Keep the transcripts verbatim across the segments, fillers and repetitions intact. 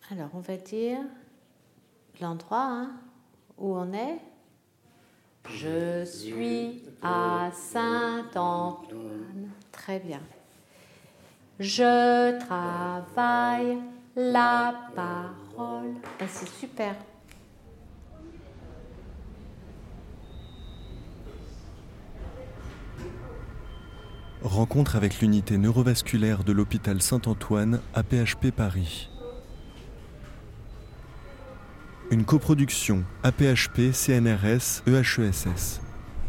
Alors, on va dire l'endroit hein, où on est. Je suis à Saint-Antoine. Très bien. Je travaille la parole. Ben, c'est super. Rencontre avec l'unité neurovasculaire de l'hôpital Saint-Antoine à P H P Paris. Une coproduction A P H P, C N R S, E H E S S.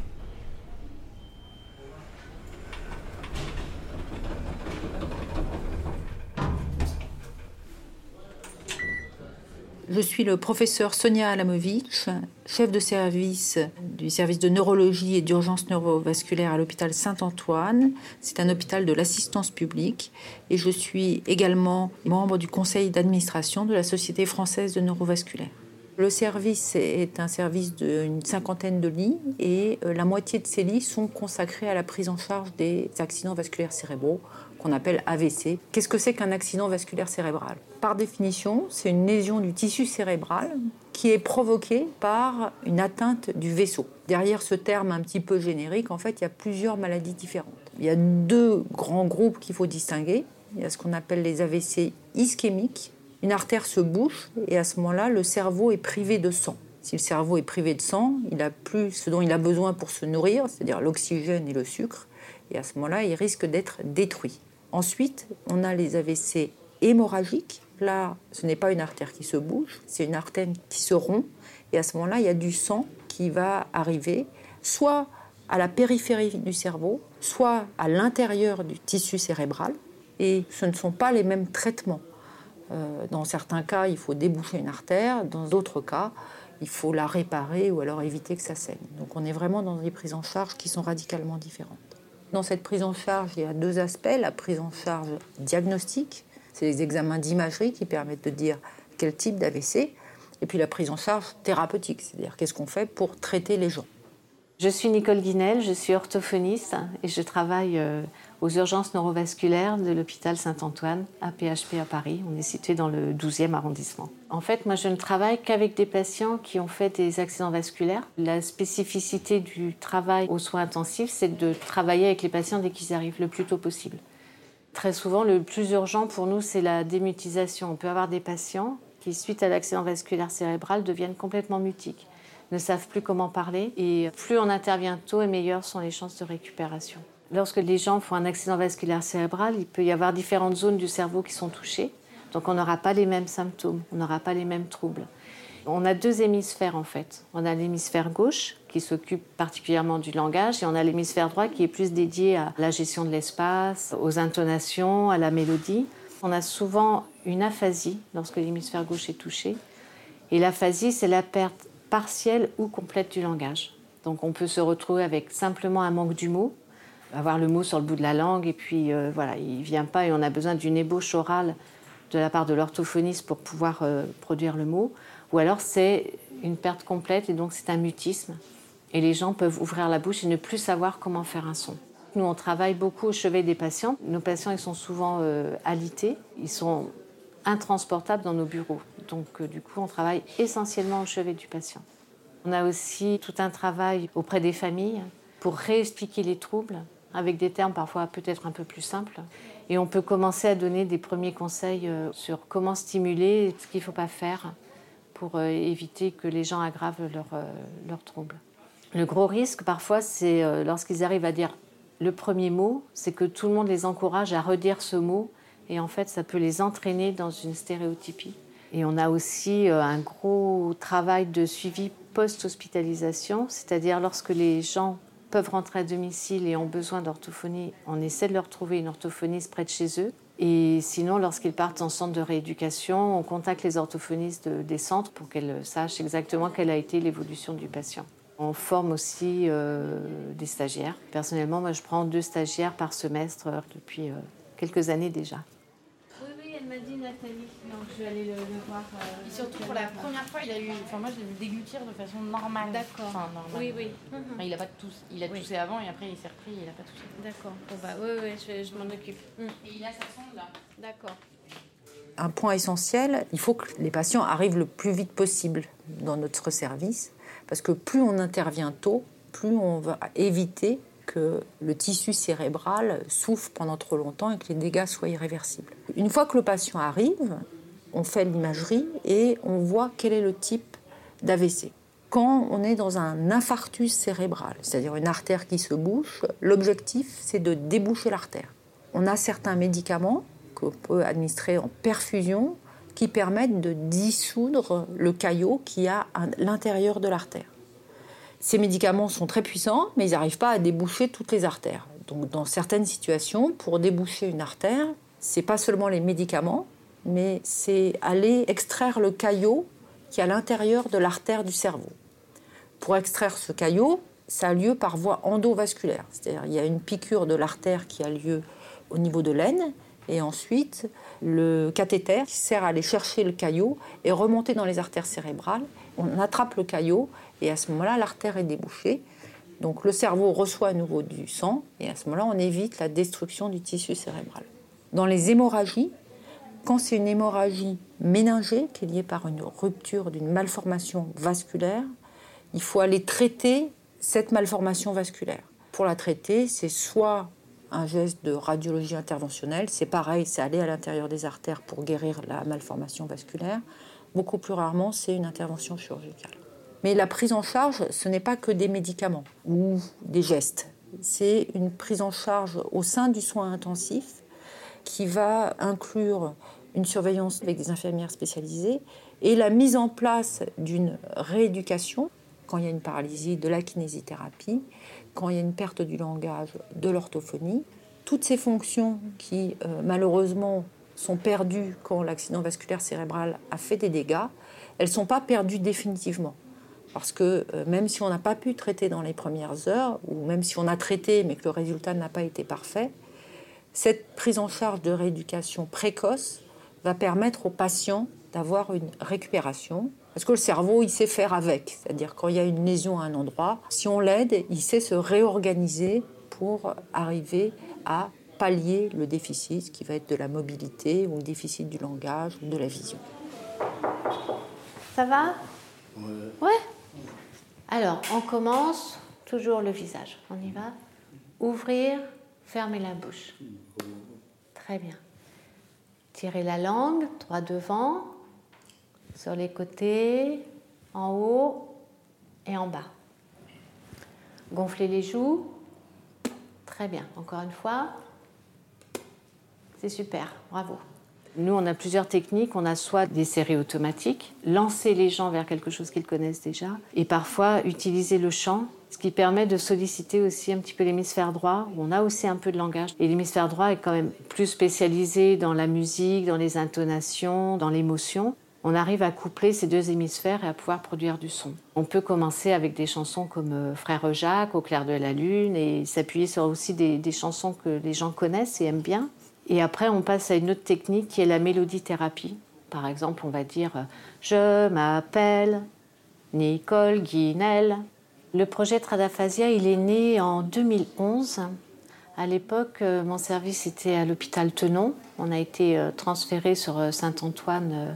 Je suis le professeur Sonia Alamovitch, chef de service du service de neurologie et d'urgence neurovasculaire à l'hôpital Saint-Antoine. C'est un hôpital de l'assistance publique et je suis également membre du conseil d'administration de la Société française de neurovasculaire. Le service est un service d'une cinquantaine de lits et la moitié de ces lits sont consacrés à la prise en charge des accidents vasculaires cérébraux qu'on appelle A V C. Qu'est-ce que c'est qu'un accident vasculaire cérébral ? Par définition, c'est une lésion du tissu cérébral qui est provoquée par une atteinte du vaisseau. Derrière ce terme un petit peu générique, en fait, il y a plusieurs maladies différentes. Il y a deux grands groupes qu'il faut distinguer. Il y a ce qu'on appelle les A V C ischémiques. Une artère se bouche et à ce moment-là, le cerveau est privé de sang. Si le cerveau est privé de sang, il n'a plus ce dont il a besoin pour se nourrir, c'est-à-dire l'oxygène et le sucre. Et à ce moment-là, il risque d'être détruit. Ensuite, on a les A V C hémorragiques. Là, ce n'est pas une artère qui se bouge, c'est une artère qui se rompt. Et à ce moment-là, il y a du sang qui va arriver, soit à la périphérie du cerveau, soit à l'intérieur du tissu cérébral. Et ce ne sont pas les mêmes traitements. Euh, dans certains cas, il faut déboucher une artère. Dans d'autres cas, il faut la réparer ou alors éviter que ça saigne. Donc on est vraiment dans des prises en charge qui sont radicalement différentes. Dans cette prise en charge, il y a deux aspects. La prise en charge diagnostique, c'est les examens d'imagerie qui permettent de dire quel type d'A V C. Et puis la prise en charge thérapeutique, c'est-à-dire qu'est-ce qu'on fait pour traiter les gens. Je suis Nicole Guinel, je suis orthophoniste et je travaille aux urgences neurovasculaires de l'hôpital Saint-Antoine à P H P à Paris. On est situé dans le douzième arrondissement. En fait, moi, je ne travaille qu'avec des patients qui ont fait des accidents vasculaires. La spécificité du travail aux soins intensifs, c'est de travailler avec les patients dès qu'ils arrivent le plus tôt possible. Très souvent, le plus urgent pour nous, c'est la démutisation. On peut avoir des patients qui, suite à l'accident vasculaire cérébral, deviennent complètement mutiques, ne savent plus comment parler. Et plus on intervient tôt et meilleures sont les chances de récupération. Lorsque les gens font un accident vasculaire cérébral, il peut y avoir différentes zones du cerveau qui sont touchées. Donc on n'aura pas les mêmes symptômes, on n'aura pas les mêmes troubles. On a deux hémisphères en fait. On a l'hémisphère gauche qui s'occupe particulièrement du langage et on a l'hémisphère droit qui est plus dédié à la gestion de l'espace, aux intonations, à la mélodie. On a souvent une aphasie lorsque l'hémisphère gauche est touché. Et l'aphasie, c'est la perte partielle ou complète du langage. Donc on peut se retrouver avec simplement un manque du mot, avoir le mot sur le bout de la langue et puis euh, voilà, il ne vient pas et on a besoin d'une ébauche orale de la part de l'orthophoniste pour pouvoir euh, produire le mot. Ou alors c'est une perte complète et donc c'est un mutisme. Et les gens peuvent ouvrir la bouche et ne plus savoir comment faire un son. Nous, on travaille beaucoup au chevet des patients. Nos patients, ils sont souvent euh, alités. Ils sont intransportables dans nos bureaux. Donc, euh, du coup, on travaille essentiellement au chevet du patient. On a aussi tout un travail auprès des familles pour réexpliquer les troubles avec des termes parfois peut-être un peu plus simples. Et on peut commencer à donner des premiers conseils euh, sur comment stimuler, ce qu'il ne faut pas faire pour euh, éviter que les gens aggravent leurs euh, leur troubles. Le gros risque, parfois, c'est euh, lorsqu'ils arrivent à dire le premier mot, c'est que tout le monde les encourage à redire ce mot. Et en fait, ça peut les entraîner dans une stéréotypie. Et on a aussi euh, un gros travail de suivi post-hospitalisation, c'est-à-dire lorsque les gens peuvent rentrer à domicile et ont besoin d'orthophonie, on essaie de leur trouver une orthophoniste près de chez eux. Et sinon, lorsqu'ils partent en centre de rééducation, on contacte les orthophonistes de, des centres pour qu'elles sachent exactement quelle a été l'évolution du patient. On forme aussi euh, des stagiaires. Personnellement, moi, je prends deux stagiaires par semestre euh, depuis euh, quelques années déjà. Oui, oui, elle m'a dit Nathalie, donc je vais aller le, le voir. Euh, Et surtout pour la première fois, il a eu, enfin moi je l'ai vu déglutir de façon normale. D'accord. Enfin normale. Oui, oui. Enfin, il a pas de tousse. Il a Oui. toussé avant et après il s'est repris, il a pas toussé. D'accord. Bon bah oui, oui, je, je m'en occupe. Et il a sa sonde là. D'accord. un point essentiel, il faut que les patients arrivent le plus vite possible dans notre service, parce que plus on intervient tôt, plus on va éviter que le tissu cérébral souffre pendant trop longtemps et que les dégâts soient irréversibles. Une fois que le patient arrive, on fait l'imagerie et on voit quel est le type d'A V C. Quand on est dans un infarctus cérébral, c'est-à-dire une artère qui se bouche, l'objectif, c'est de déboucher l'artère. On a certains médicaments qu'on peut administrer en perfusion qui permettent de dissoudre le caillot qu'il y a à l'intérieur de l'artère. Ces médicaments sont très puissants, mais ils n'arrivent pas à déboucher toutes les artères. Donc, dans certaines situations, pour déboucher une artère, ce n'est pas seulement les médicaments, mais c'est aller extraire le caillot qui est à l'intérieur de l'artère du cerveau. Pour extraire ce caillot, ça a lieu par voie endovasculaire. C'est-à-dire qu'il y a une piqûre de l'artère qui a lieu au niveau de l'aine, et ensuite, le cathéter qui sert à aller chercher le caillot est remonté dans les artères cérébrales. On attrape le caillot et à ce moment-là, l'artère est débouchée. Donc le cerveau reçoit à nouveau du sang et à ce moment-là, on évite la destruction du tissu cérébral. Dans les hémorragies, quand c'est une hémorragie méningée qui est liée par une rupture d'une malformation vasculaire, il faut aller traiter cette malformation vasculaire. Pour la traiter, c'est soit un geste de radiologie interventionnelle, c'est pareil, c'est aller à l'intérieur des artères pour guérir la malformation vasculaire. Beaucoup plus rarement, c'est une intervention chirurgicale. Mais la prise en charge, ce n'est pas que des médicaments ou des gestes. C'est une prise en charge au sein du soin intensif qui va inclure une surveillance avec des infirmières spécialisées et la mise en place d'une rééducation quand il y a une paralysie, de la kinésithérapie, quand il y a une perte du langage, de l'orthophonie. Toutes ces fonctions qui, euh, malheureusement, sont perdues quand l'accident vasculaire cérébral a fait des dégâts, elles ne sont pas perdues définitivement. Parce que euh, même si on n'a pas pu traiter dans les premières heures, ou même si on a traité mais que le résultat n'a pas été parfait, cette prise en charge de rééducation précoce va permettre aux patients d'avoir une récupération. Parce que le cerveau, il sait faire avec. C'est-à-dire quand il y a une lésion à un endroit, si on l'aide, il sait se réorganiser pour arriver à pallier le déficit, qui va être de la mobilité ou le déficit du langage ou de la vision. Ça va ? Ouais. Ouais. Alors, on commence, toujours le visage. On y va. Ouvrir, fermer la bouche. Très bien. Tirez la langue, droit devant, sur les côtés, en haut et en bas. Gonflez les joues. Très bien. Encore une fois. C'est super. Bravo. Nous, on a plusieurs techniques. On a soit des séries automatiques, lancer les gens vers quelque chose qu'ils connaissent déjà, et parfois utiliser le chant, ce qui permet de solliciter aussi un petit peu l'hémisphère droit, où on a aussi un peu de langage. Et l'hémisphère droit est quand même plus spécialisé dans la musique, dans les intonations, dans l'émotion. On arrive à coupler ces deux hémisphères et à pouvoir produire du son. On peut commencer avec des chansons comme Frère Jacques, Au clair de la lune, et s'appuyer sur aussi des, des chansons que les gens connaissent et aiment bien. Et après, on passe à une autre technique qui est la mélodithérapie. Par exemple, on va dire « Je m'appelle Nicole Guinel ». Le projet Tradaphasia, il est né en deux mille onze. À l'époque, mon service était à l'hôpital Tenon. On a été transféré sur Saint-Antoine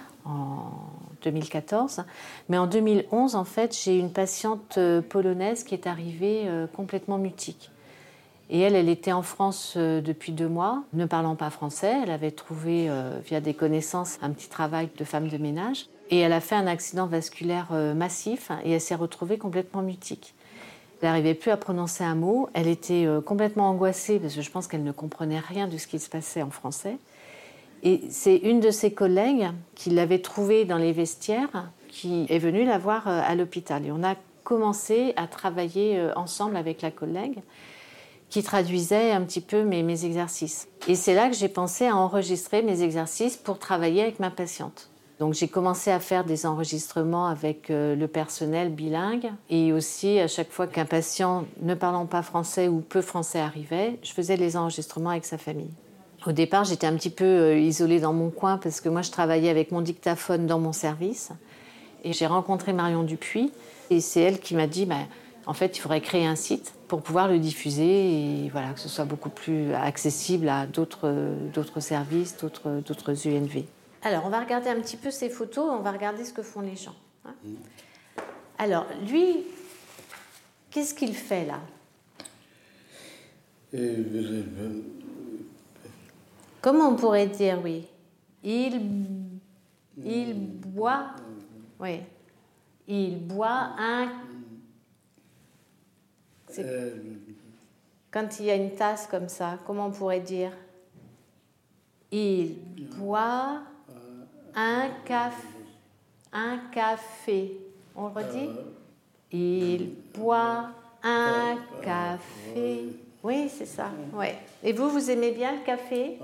en deux mille quatorze. Mais en deux mille onze, en fait, j'ai une patiente polonaise qui est arrivée complètement mutique. Et elle, elle était en France euh, depuis deux mois, ne parlant pas français. Elle avait trouvé, euh, via des connaissances, un petit travail de femme de ménage. Et elle a fait un accident vasculaire euh, massif et elle s'est retrouvée complètement mutique. Elle n'arrivait plus à prononcer un mot. Elle était euh, complètement angoissée parce que je pense qu'elle ne comprenait rien de ce qui se passait en français. Et c'est une de ses collègues qui l'avait trouvée dans les vestiaires qui est venue la voir euh, à l'hôpital. Et on a commencé à travailler euh, ensemble avec la collègue qui traduisait un petit peu mes, mes exercices. Et c'est là que j'ai pensé à enregistrer mes exercices pour travailler avec ma patiente. Donc j'ai commencé à faire des enregistrements avec euh, le personnel bilingue et aussi à chaque fois qu'un patient ne parlant pas français ou peu français arrivait, je faisais les enregistrements avec sa famille. Au départ, j'étais un petit peu euh, isolée dans mon coin parce que moi je travaillais avec mon dictaphone dans mon service et j'ai rencontré Marion Dupuis et c'est elle qui m'a dit bah, en fait, il faudrait créer un site pour pouvoir le diffuser et voilà, que ce soit beaucoup plus accessible à d'autres, d'autres services, d'autres, d'autres U N V. Alors, on va regarder un petit peu ces photos, on va regarder ce que font les gens. Hein. Alors, lui, qu'est-ce qu'il fait là? Comment on pourrait dire, oui? Il, il boit, oui. Il boit un... C'est... Quand il y a une tasse comme ça, comment on pourrait dire? Il boit un café. Un café. On le redit? Il boit un café. Oui, c'est ça. Ouais. Et vous, vous aimez bien le café?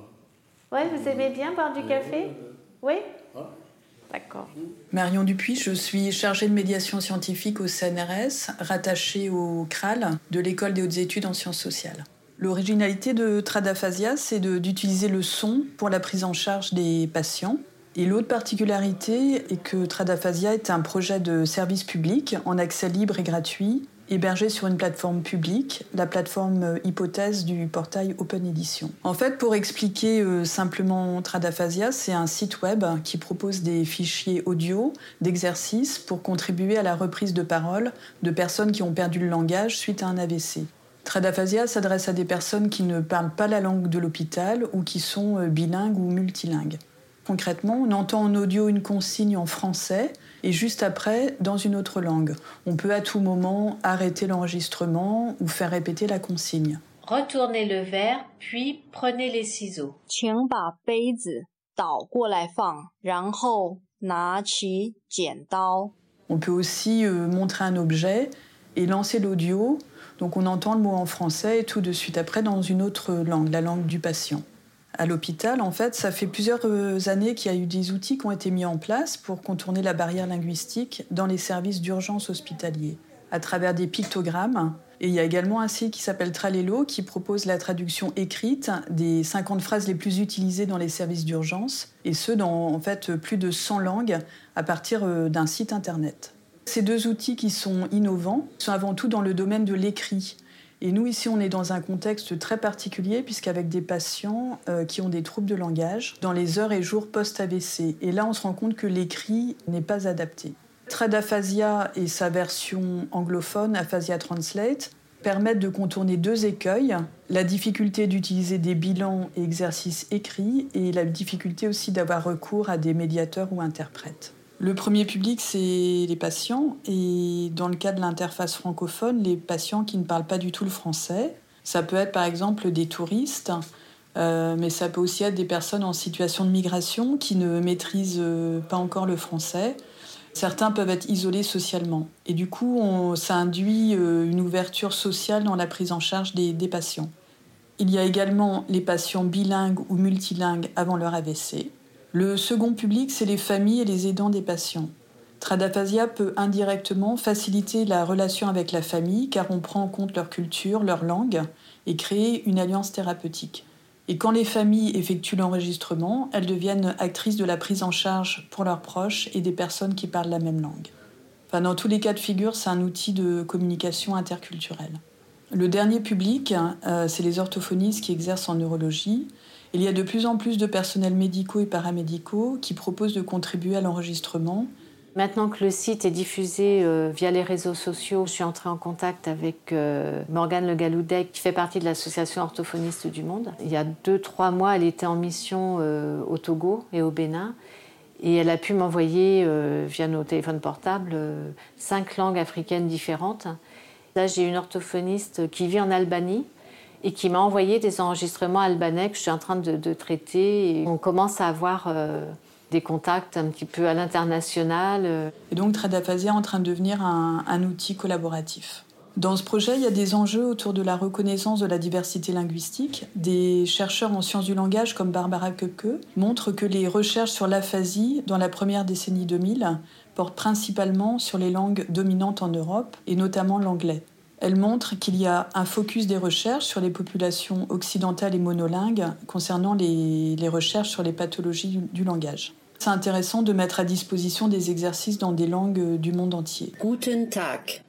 Oui, vous aimez bien boire du café? Oui? D'accord. Marion Dupuis, je suis chargée de médiation scientifique au C N R S, rattachée au C R A L de l'École des hautes études en sciences sociales. L'originalité de Tradaphasia, c'est de, d'utiliser le son pour la prise en charge des patients. Et l'autre particularité est que Tradaphasia est un projet de service public en accès libre et gratuit, hébergé sur une plateforme publique, la plateforme Hypothèse du portail Open Edition. En fait, pour expliquer euh, simplement Tradaphasia, c'est un site web qui propose des fichiers audio d'exercices pour contribuer à la reprise de parole de personnes qui ont perdu le langage suite à un A V C. Tradaphasia s'adresse à des personnes qui ne parlent pas la langue de l'hôpital ou qui sont euh, bilingues ou multilingues. Concrètement, on entend en audio une consigne en français et juste après, dans une autre langue. On peut à tout moment arrêter l'enregistrement ou faire répéter la consigne. Retournez le verre, puis prenez les ciseaux. 请把杯子倒过来放，然后拿起剪刀。 On peut aussi euh, montrer un objet et lancer l'audio. Donc on entend le mot en français et tout de suite après dans une autre langue, la langue du patient. À l'hôpital, en fait, ça fait plusieurs années qu'il y a eu des outils qui ont été mis en place pour contourner la barrière linguistique dans les services d'urgence hospitaliers, à travers des pictogrammes. Et il y a également un site qui s'appelle Tralelo qui propose la traduction écrite des cinquante phrases les plus utilisées dans les services d'urgence, et ce, dans en fait plus de cent langues à partir d'un site internet. Ces deux outils qui sont innovants sont avant tout dans le domaine de l'écrit. Et nous, ici, on est dans un contexte très particulier, puisqu'avec des patients euh, qui ont des troubles de langage, dans les heures et jours post-A V C. Et là, on se rend compte que l'écrit n'est pas adapté. Tradaphasia et sa version anglophone, Aphasia Translate, permettent de contourner deux écueils, la difficulté d'utiliser des bilans et exercices écrits, et la difficulté aussi d'avoir recours à des médiateurs ou interprètes. Le premier public, c'est les patients, et dans le cas de l'interface francophone, les patients qui ne parlent pas du tout le français. Ça peut être par exemple des touristes, euh, mais ça peut aussi être des personnes en situation de migration qui ne maîtrisent pas encore le français. Certains peuvent être isolés socialement. Et du coup, on, ça induit une ouverture sociale dans la prise en charge des, des patients. Il y a également les patients bilingues ou multilingues avant leur A V C. Le second public, c'est les familles et les aidants des patients. Tradaphasia peut indirectement faciliter la relation avec la famille car on prend en compte leur culture, leur langue et créer une alliance thérapeutique. Et quand les familles effectuent l'enregistrement, elles deviennent actrices de la prise en charge pour leurs proches et des personnes qui parlent la même langue. Enfin, dans tous les cas de figure, c'est un outil de communication interculturelle. Le dernier public, euh, c'est les orthophonistes qui exercent en neurologie. Il y a de plus en plus de personnels médicaux et paramédicaux qui proposent de contribuer à l'enregistrement. Maintenant que le site est diffusé euh, via les réseaux sociaux, je suis entrée en contact avec euh, Morgane Le Galoudec, qui fait partie de l'Association orthophoniste du monde. Il y a deux, trois mois, elle était en mission euh, au Togo et au Bénin. Et elle a pu m'envoyer, euh, via nos téléphones portables, euh, cinq langues africaines différentes. Là, j'ai une orthophoniste qui vit en Albanie et qui m'a envoyé des enregistrements albanais que je suis en train de, de traiter. Et on commence à avoir euh, des contacts un petit peu à l'international. Et donc Tradaphasia est en train de devenir un, un outil collaboratif. Dans ce projet, il y a des enjeux autour de la reconnaissance de la diversité linguistique. Des chercheurs en sciences du langage comme Barbara Köpke montrent que les recherches sur l'aphasie dans la première décennie deux mille portent principalement sur les langues dominantes en Europe et notamment l'anglais. Elle montre qu'il y a un focus des recherches sur les populations occidentales et monolingues concernant les, les recherches sur les pathologies du, du langage. C'est intéressant de mettre à disposition des exercices dans des langues du monde entier. Guten Tag.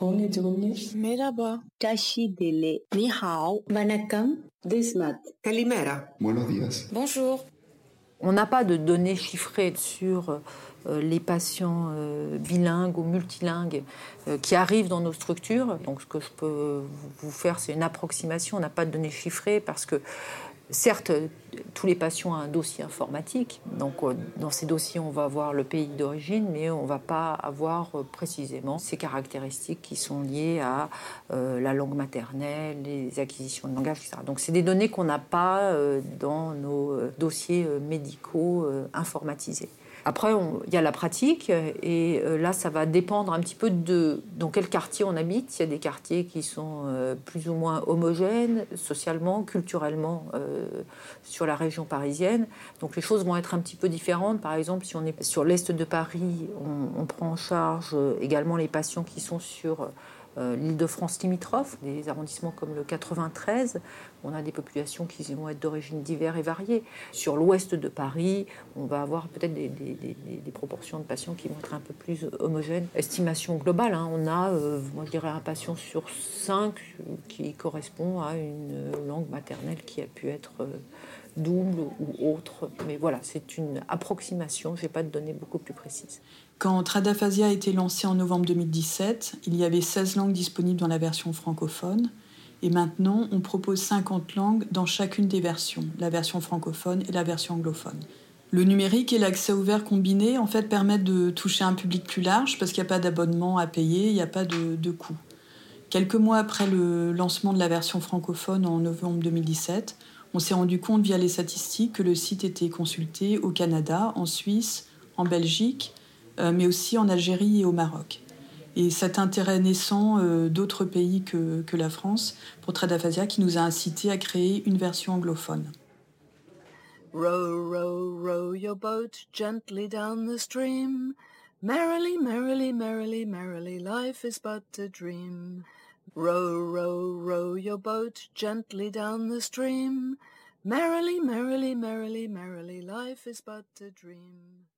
Merhaba. Tashi dele. Ni hao. Vanakkam. Desmat. Kalimera. Buenos días. Bonjour. On n'a pas de données chiffrées sur euh, les patients euh, bilingues ou multilingues euh, qui arrivent dans nos structures. Donc ce que je peux vous faire, c'est une approximation. On n'a pas de données chiffrées parce que, certes, tous les patients ont un dossier informatique. Donc dans ces dossiers, on va avoir le pays d'origine, mais on ne va pas avoir précisément ces caractéristiques qui sont liées à euh, la langue maternelle, les acquisitions de langage, et cetera. Donc c'est des données qu'on n'a pas euh, dans nos dossiers médicaux euh, informatisés. Après, il y a la pratique, et euh, là, ça va dépendre un petit peu de dans quel quartier on habite. Il y a des quartiers qui sont euh, plus ou moins homogènes, socialement, culturellement, euh, sur la région parisienne. Donc les choses vont être un petit peu différentes. Par exemple, si on est sur l'est de Paris, on, on prend en charge également les patients qui sont sur Euh, l'Île-de-France limitrophe, des arrondissements comme le quatre-vingt-treize, on a des populations qui vont être d'origine diverses et variées. Sur l'ouest de Paris, on va avoir peut-être des, des, des, des proportions de patients qui vont être un peu plus homogènes. Estimation globale, hein, on a, euh, moi je dirais, un patient sur cinq qui correspond à une langue maternelle qui a pu être euh, double ou autre. Mais voilà, c'est une approximation, je n'ai pas de données beaucoup plus précises. Quand Tradaphasia a été lancé en novembre deux mille dix-sept, il y avait seize langues disponibles dans la version francophone. Et maintenant, on propose cinquante langues dans chacune des versions, la version francophone et la version anglophone. Le numérique et l'accès ouvert combiné en fait, permettent de toucher un public plus large parce qu'il n'y a pas d'abonnement à payer, il n'y a pas de, de coût. Quelques mois après le lancement de la version francophone en novembre deux mille dix-sept, on s'est rendu compte via les statistiques que le site était consulté au Canada, en Suisse, en Belgique, euh, mais aussi en Algérie et au Maroc. Et cet intérêt naissant euh, d'autres pays que, que la France pour Tradaphasia qui nous a incité à créer une version anglophone. Row, row, row your boat gently down the stream. Merrily, merrily, merrily, merrily, life is but a dream. Row, row, row your boat gently down the stream. Merrily, merrily, merrily, merrily, life is but a dream.